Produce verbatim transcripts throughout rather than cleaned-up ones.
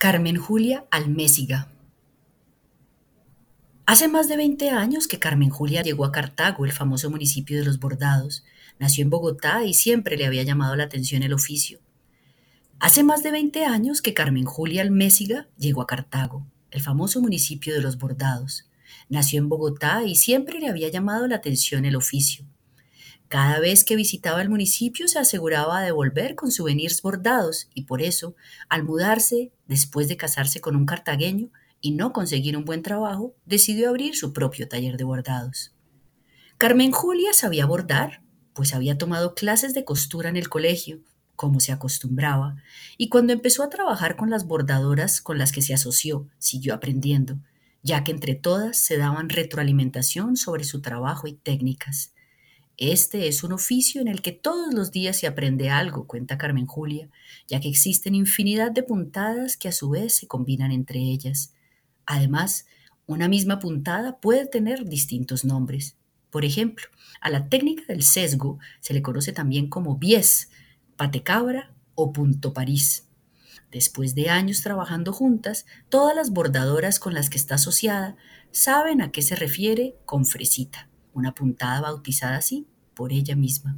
Carmen Julia Almésiga. Hace más de veinte años que Carmen Julia llegó a Cartago, el famoso municipio de los bordados. Nació en Bogotá y siempre le había llamado la atención el oficio. Hace más de veinte años que Carmen Julia Almésiga llegó a Cartago, el famoso municipio de los bordados. Nació en Bogotá y siempre le había llamado la atención el oficio. Cada vez que visitaba el municipio se aseguraba de volver con souvenirs bordados y por eso, al mudarse, después de casarse con un cartagueño y no conseguir un buen trabajo, decidió abrir su propio taller de bordados. Carmen Julia sabía bordar, pues había tomado clases de costura en el colegio, como se acostumbraba, y cuando empezó a trabajar con las bordadoras con las que se asoció, siguió aprendiendo, ya que entre todas se daban retroalimentación sobre su trabajo y técnicas. Este es un oficio en el que todos los días se aprende algo, cuenta Carmen Julia, ya que existen infinidad de puntadas que a su vez se combinan entre ellas. Además, una misma puntada puede tener distintos nombres. Por ejemplo, a la técnica del sesgo se le conoce también como bies, patecabra o punto París. Después de años trabajando juntas, todas las bordadoras con las que está asociada saben a qué se refiere con fresita, una puntada bautizada así por ella misma.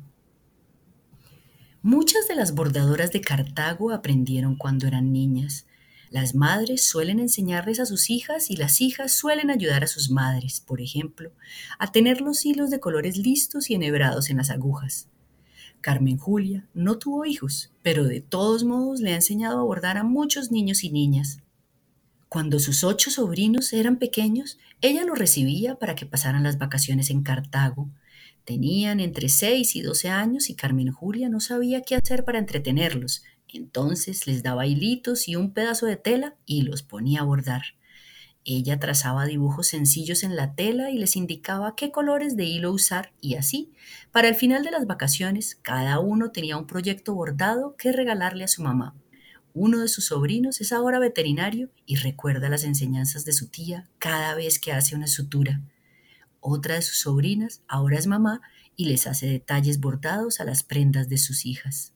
Muchas de las bordadoras de Cartago aprendieron cuando eran niñas. Las madres suelen enseñarles a sus hijas y las hijas suelen ayudar a sus madres, por ejemplo, a tener los hilos de colores listos y enhebrados en las agujas. Carmen Julia no tuvo hijos, pero de todos modos le ha enseñado a bordar a muchos niños y niñas. Cuando sus ocho sobrinos eran pequeños, ella los recibía para que pasaran las vacaciones en Cartago. Tenían entre seis y doce años y Carmen Julia no sabía qué hacer para entretenerlos. Entonces les daba hilitos y un pedazo de tela y los ponía a bordar. Ella trazaba dibujos sencillos en la tela y les indicaba qué colores de hilo usar y así, para el final de las vacaciones, cada uno tenía un proyecto bordado que regalarle a su mamá. Uno de sus sobrinos es ahora veterinario y recuerda las enseñanzas de su tía cada vez que hace una sutura. Otra de sus sobrinas ahora es mamá y les hace detalles bordados a las prendas de sus hijas.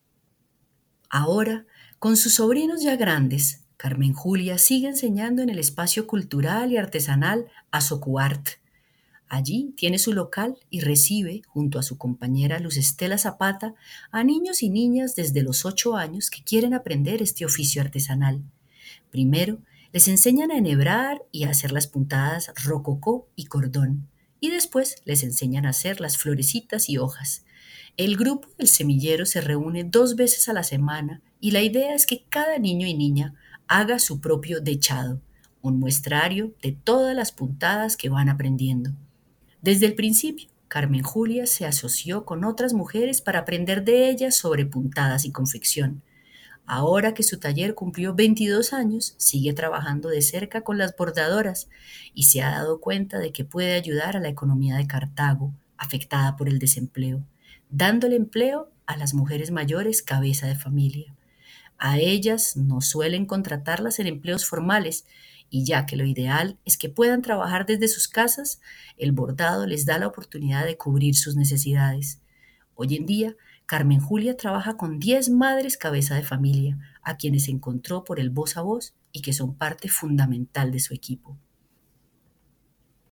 Ahora, con sus sobrinos ya grandes, Carmen Julia sigue enseñando en el espacio cultural y artesanal Azocuart. Allí tiene su local y recibe, junto a su compañera Luz Estela Zapata, a niños y niñas desde los ocho años que quieren aprender este oficio artesanal. Primero, les enseñan a enhebrar y a hacer las puntadas rococó y cordón, y después les enseñan a hacer las florecitas y hojas. El grupo del semillero se reúne dos veces a la semana y la idea es que cada niño y niña haga su propio dechado, un muestrario de todas las puntadas que van aprendiendo. Desde el principio, Carmen Julia se asoció con otras mujeres para aprender de ellas sobre puntadas y confección. Ahora que su taller cumplió veintidós años, sigue trabajando de cerca con las bordadoras y se ha dado cuenta de que puede ayudar a la economía de Cartago, afectada por el desempleo, dándole empleo a las mujeres mayores cabeza de familia. A ellas no suelen contratarlas en empleos formales y ya que lo ideal es que puedan trabajar desde sus casas, el bordado les da la oportunidad de cubrir sus necesidades. Hoy en día, Carmen Julia trabaja con diez madres cabeza de familia, a quienes encontró por el voz a voz y que son parte fundamental de su equipo.